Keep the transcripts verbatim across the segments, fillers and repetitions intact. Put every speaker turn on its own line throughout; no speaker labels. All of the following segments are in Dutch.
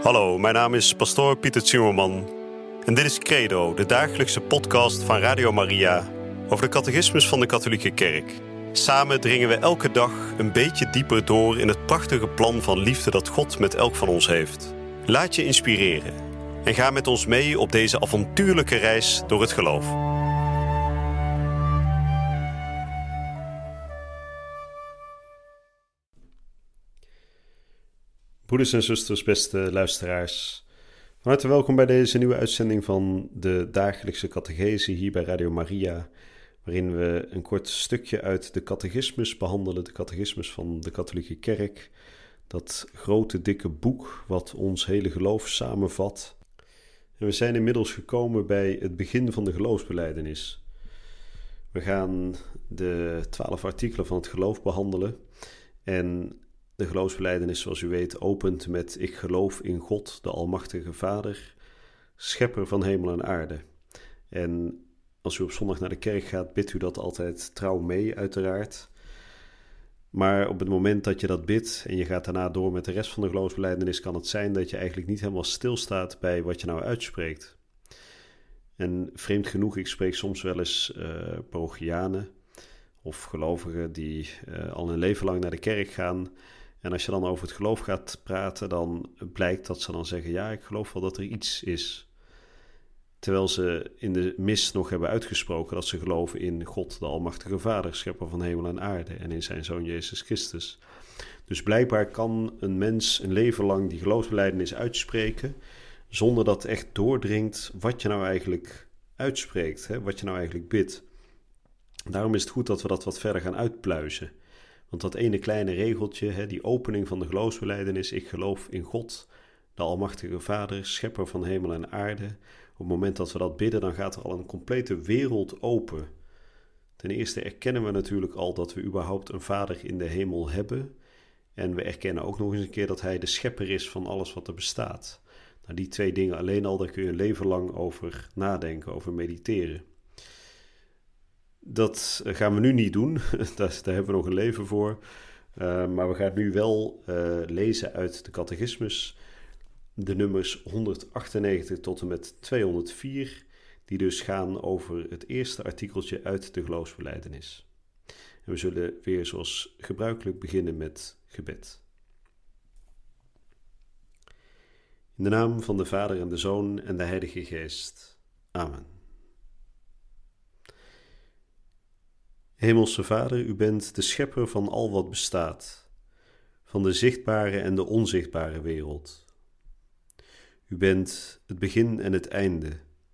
Hallo, mijn naam is pastoor Pieter Zimmerman en dit is Credo, de dagelijkse podcast van Radio Maria over de catechismus van de katholieke kerk. Samen dringen we elke dag een beetje dieper door in het prachtige plan van liefde dat God met elk van ons heeft. Laat je inspireren en ga met ons mee op deze avontuurlijke reis door het geloof. Broeders en zusters, beste luisteraars. Van harte welkom bij deze nieuwe uitzending van de dagelijkse catechese hier bij Radio Maria, waarin we een kort stukje uit de catechismus behandelen, de catechismus van de katholieke kerk, dat grote dikke boek wat ons hele geloof samenvat. En we zijn inmiddels gekomen bij het begin van de geloofsbelijdenis. We gaan de twaalf artikelen van het geloof behandelen en de geloofsbelijdenis, zoals u weet, opent met: ik geloof in God, de Almachtige Vader, schepper van hemel en aarde. En als u op zondag naar de kerk gaat, bidt u dat altijd trouw mee, uiteraard. Maar op het moment dat je dat bidt en je gaat daarna door met de rest van de geloofsbelijdenis, kan het zijn dat je eigenlijk niet helemaal stilstaat bij wat je nou uitspreekt. En vreemd genoeg, ik spreek soms wel eens uh, parochianen of gelovigen die uh, al een leven lang naar de kerk gaan. En als je dan over het geloof gaat praten, dan blijkt dat ze dan zeggen: ja, ik geloof wel dat er iets is. Terwijl ze in de mis nog hebben uitgesproken dat ze geloven in God, de Almachtige Vader, schepper van hemel en aarde, en in zijn Zoon Jezus Christus. Dus blijkbaar kan een mens een leven lang die geloofsbelijdenis uitspreken, zonder dat echt doordringt wat je nou eigenlijk uitspreekt, hè, wat je nou eigenlijk bidt. Daarom is het goed dat we dat wat verder gaan uitpluizen. Want dat ene kleine regeltje, hè, die opening van de geloofsbelijdenis: ik geloof in God, de Almachtige Vader, schepper van hemel en aarde. Op het moment dat we dat bidden, dan gaat er al een complete wereld open. Ten eerste erkennen we natuurlijk al dat we überhaupt een Vader in de hemel hebben. En we erkennen ook nog eens een keer dat Hij de schepper is van alles wat er bestaat. Nou, die twee dingen alleen al, daar kun je een leven lang over nadenken, over mediteren. Dat gaan we nu niet doen, daar, daar hebben we nog een leven voor. Uh, maar we gaan nu wel uh, lezen uit de catechismus, de nummers honderdachtennegentig tot en met tweehonderdvier, die dus gaan over het eerste artikeltje uit de geloofsbelijdenis. En we zullen weer zoals gebruikelijk beginnen met gebed. In de naam van de Vader en de Zoon en de Heilige Geest. Amen. Hemelse Vader, u bent de schepper van al wat bestaat, van de zichtbare en de onzichtbare wereld. U bent het begin en het einde.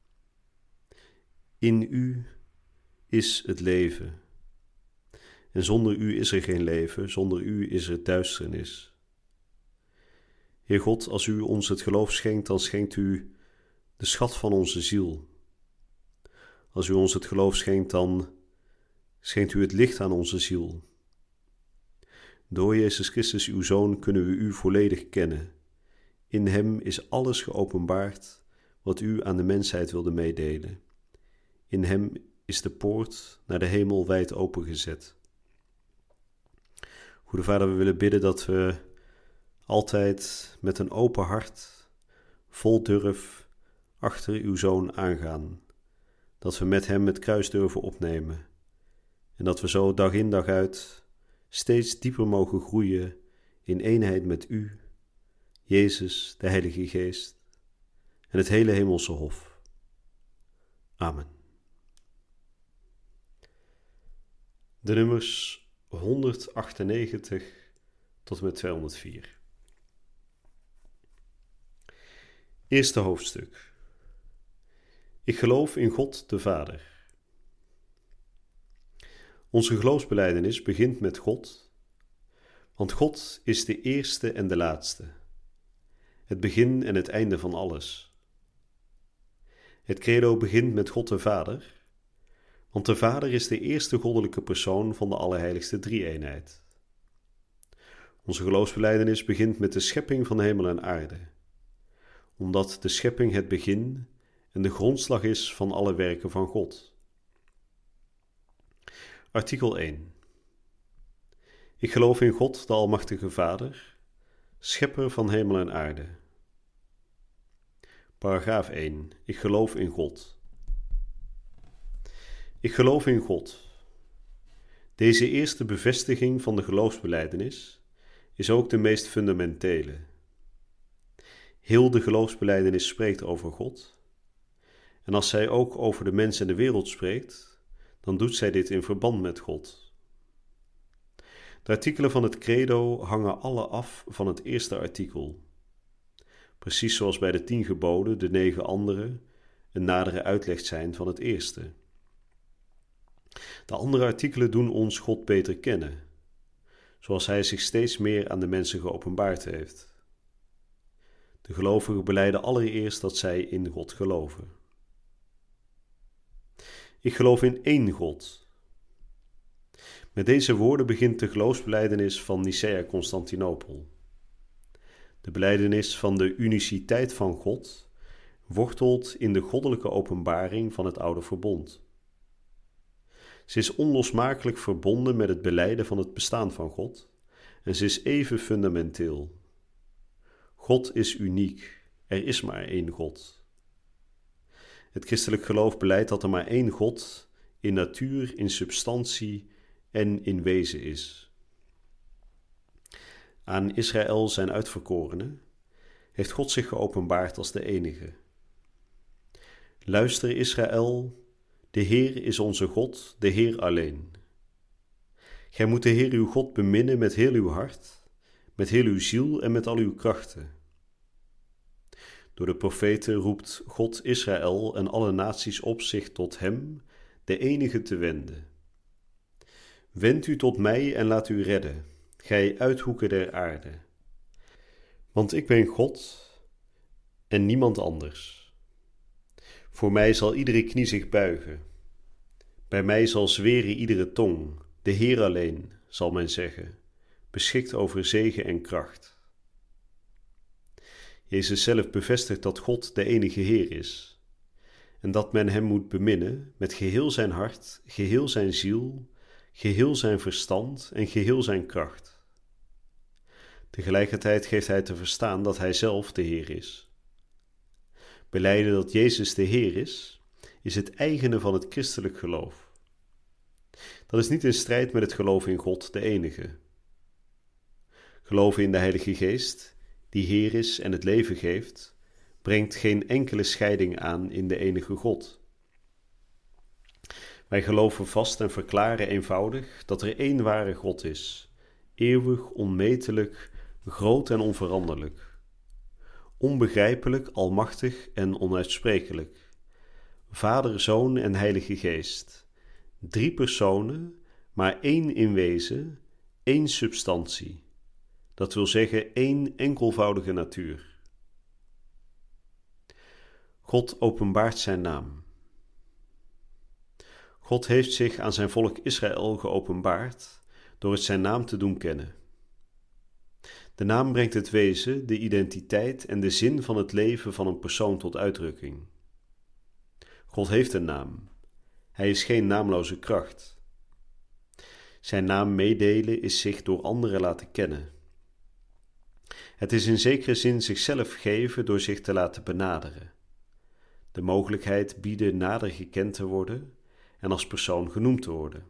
In u is het leven. En zonder u is er geen leven, zonder u is er duisternis. Heer God, als u ons het geloof schenkt, dan schenkt u de schat van onze ziel. Als u ons het geloof schenkt, dan schenkt u het licht aan onze ziel. Door Jezus Christus, uw Zoon, kunnen we u volledig kennen. In hem is alles geopenbaard wat u aan de mensheid wilde meedelen. In hem is de poort naar de hemel wijd opengezet. Goede Vader, we willen bidden dat we altijd met een open hart, vol durf, achter uw Zoon aangaan. Dat we met hem het kruis durven opnemen. En dat we zo dag in dag uit steeds dieper mogen groeien in eenheid met u, Jezus, de Heilige Geest en het hele hemelse hof. Amen. De nummers honderdachtennegentig tot en met tweehonderdvier. Eerste hoofdstuk. Ik geloof in God de Vader. Onze geloofsbelijdenis begint met God, want God is de eerste en de laatste, het begin en het einde van alles. Het credo begint met God de Vader, want de Vader is de eerste goddelijke persoon van de allerheiligste drie-eenheid. Onze geloofsbelijdenis begint met de schepping van hemel en aarde, omdat de schepping het begin en de grondslag is van alle werken van God. Artikel één. Ik geloof in God, de Almachtige Vader, schepper van hemel en aarde. Paragraaf één. Ik geloof in God. Ik geloof in God. Deze eerste bevestiging van de geloofsbelijdenis is ook de meest fundamentele. Heel de geloofsbelijdenis spreekt over God. En als zij ook over de mens en de wereld spreekt, dan doet zij dit in verband met God. De artikelen van het credo hangen alle af van het eerste artikel. Precies zoals bij de tien geboden de negen andere een nadere uitleg zijn van het eerste. De andere artikelen doen ons God beter kennen, zoals Hij zich steeds meer aan de mensen geopenbaard heeft. De gelovigen belijden allereerst dat zij in God geloven. Ik geloof in één God. Met deze woorden begint de geloofsbelijdenis van Nicea-Constantinopel. De belijdenis van de uniciteit van God wortelt in de goddelijke openbaring van het oude verbond. Ze is onlosmakelijk verbonden met het belijden van het bestaan van God en ze is even fundamenteel. God is uniek, er is maar één God. Het christelijk geloof beleidt dat er maar één God in natuur, in substantie en in wezen is. Aan Israël, zijn uitverkorene, heeft God zich geopenbaard als de enige. Luister Israël, de Heer is onze God, de Heer alleen. Gij moet de Heer uw God beminnen met heel uw hart, met heel uw ziel en met al uw krachten. Door de profeten roept God Israël en alle naties op zich tot hem, de enige, te wenden. Wend u tot mij en laat u redden, gij uithoeken der aarde. Want ik ben God en niemand anders. Voor mij zal iedere knie zich buigen. Bij mij zal zweren iedere tong. De Heer alleen, zal men zeggen, beschikt over zegen en kracht. Jezus zelf bevestigt dat God de enige Heer is en dat men hem moet beminnen met geheel zijn hart, geheel zijn ziel, geheel zijn verstand en geheel zijn kracht. Tegelijkertijd geeft hij te verstaan dat hij zelf de Heer is. Belijden dat Jezus de Heer is, is het eigene van het christelijk geloof. Dat is niet in strijd met het geloof in God, de enige. Geloven in de Heilige Geest, die Heer is en het leven geeft, brengt geen enkele scheiding aan in de enige God. Wij geloven vast en verklaren eenvoudig dat er één ware God is, eeuwig, onmetelijk, groot en onveranderlijk. Onbegrijpelijk, almachtig en onuitsprekelijk. Vader, Zoon en Heilige Geest. Drie personen, maar één in wezen, één substantie. Dat wil zeggen één enkelvoudige natuur. God openbaart zijn naam. God heeft zich aan zijn volk Israël geopenbaard door het zijn naam te doen kennen. De naam brengt het wezen, de identiteit en de zin van het leven van een persoon tot uitdrukking. God heeft een naam. Hij is geen naamloze kracht. Zijn naam meedelen is zich door anderen laten kennen. Het is in zekere zin zichzelf geven door zich te laten benaderen. De mogelijkheid bieden nader gekend te worden en als persoon genoemd te worden.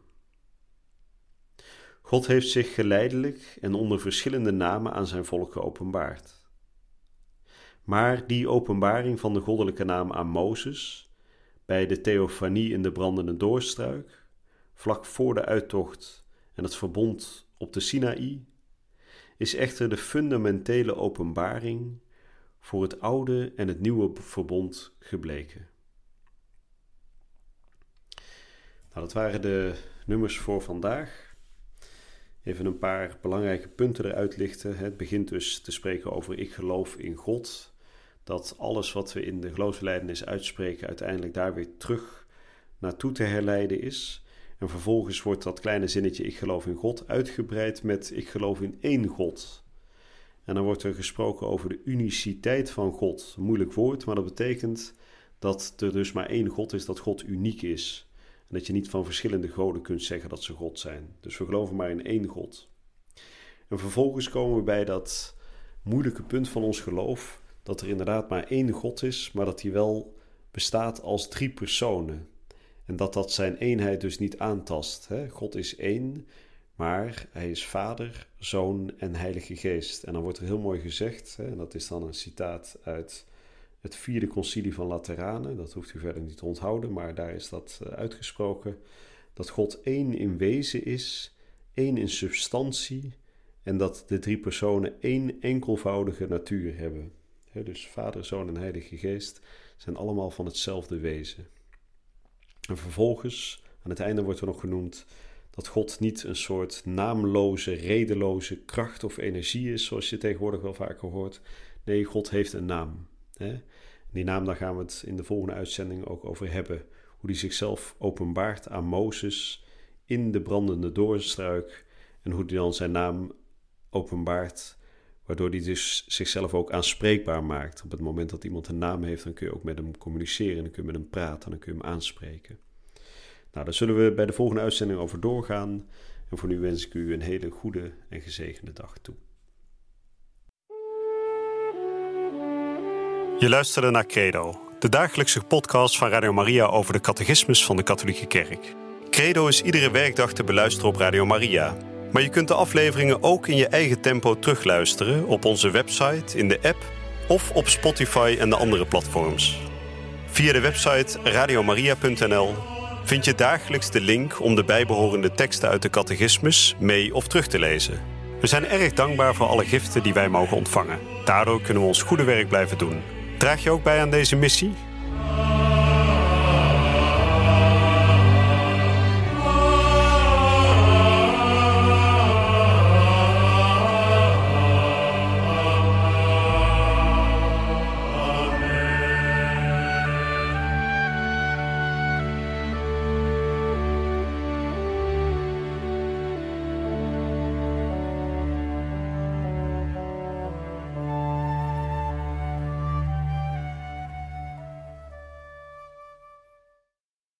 God heeft zich geleidelijk en onder verschillende namen aan zijn volk geopenbaard. Maar die openbaring van de goddelijke naam aan Mozes, bij de theofanie in de brandende doornstruik, vlak voor de uittocht en het verbond op de Sinaï, is echter de fundamentele openbaring voor het oude en het nieuwe verbond gebleken. Nou, dat waren de nummers voor vandaag. Even een paar belangrijke punten eruit lichten. Het begint dus te spreken over ik geloof in God. Dat alles wat we in de geloofsbelijdenis uitspreken uiteindelijk daar weer terug naartoe te herleiden is. En vervolgens wordt dat kleine zinnetje ik geloof in God uitgebreid met ik geloof in één God. En dan wordt er gesproken over de uniciteit van God. Een moeilijk woord, maar dat betekent dat er dus maar één God is, dat God uniek is. En dat je niet van verschillende goden kunt zeggen dat ze God zijn. Dus we geloven maar in één God. En vervolgens komen we bij dat moeilijke punt van ons geloof, dat er inderdaad maar één God is, maar dat hij wel bestaat als drie personen. En dat dat zijn eenheid dus niet aantast. Hè? God is één, maar hij is Vader, Zoon en Heilige Geest. En dan wordt er heel mooi gezegd, hè, en dat is dan een citaat uit het vierde concilie van Lateranen. Dat hoeft u verder niet te onthouden, maar daar is dat uitgesproken. Dat God één in wezen is, één in substantie en dat de drie personen één enkelvoudige natuur hebben. He, dus Vader, Zoon en Heilige Geest zijn allemaal van hetzelfde wezen. En vervolgens, aan het einde wordt er nog genoemd dat God niet een soort naamloze, redeloze kracht of energie is, zoals je tegenwoordig wel vaker hoort. Nee, God heeft een naam. He. Die naam, daar gaan we het in de volgende uitzending ook over hebben. Hoe die zichzelf openbaart aan Mozes in de brandende doornstruik. En hoe die dan zijn naam openbaart, waardoor hij dus zichzelf ook aanspreekbaar maakt. Op het moment dat iemand een naam heeft, dan kun je ook met hem communiceren. Dan kun je met hem praten, dan kun je hem aanspreken. Nou, daar zullen we bij de volgende uitzending over doorgaan. En voor nu wens ik u een hele goede en gezegende dag toe.
Je luisterde naar Credo, de dagelijkse podcast van Radio Maria over de catechismus van de Katholieke Kerk. Credo is iedere werkdag te beluisteren op Radio Maria. Maar je kunt de afleveringen ook in je eigen tempo terugluisteren op onze website, in de app of op Spotify en de andere platforms. Via de website radiomaria punt n l vind je dagelijks de link om de bijbehorende teksten uit de catechismus mee of terug te lezen. We zijn erg dankbaar voor alle giften die wij mogen ontvangen. Daardoor kunnen we ons goede werk blijven doen. Draag je ook bij aan deze missie?